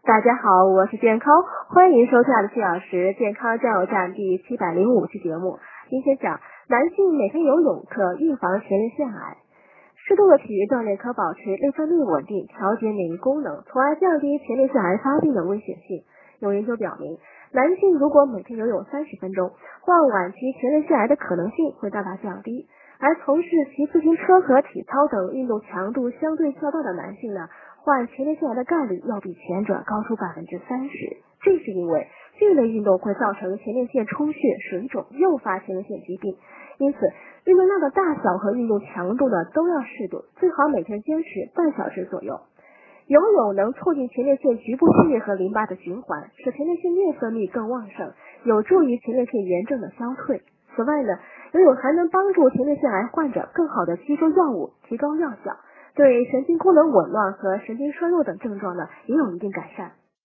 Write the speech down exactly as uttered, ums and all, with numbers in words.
大家好，我是健康，欢迎收听二十四小时健康加油站第七百零五期节目。今天讲男性每天游泳可预防前列腺癌。适度的体育锻炼可保持内分泌稳定，调节免疫功能，从而降低前列腺癌发病的危险性。有研究表明，男性如果每天游泳三十分钟，患晚期前列腺癌的可能性会大大降低。而从事骑自行车和体操等运动强度相对较大的男性呢，患前列腺癌的概率要比前者高出百分之三十。这是因为这类运动会造成前列腺充血、水肿，诱发前列腺疾病。因此，运动量的大小和运动强度呢都要适度，最好每天坚持半小时左右。游泳能促进前列腺局部血液和淋巴的循环，使前列腺内分泌更旺盛，有助于前列腺炎症的消退。此外呢，游泳还能帮助前列腺癌患者更好的吸收药物，提高药效，对神经功能紊乱和神经衰弱等症状呢也有一定改善。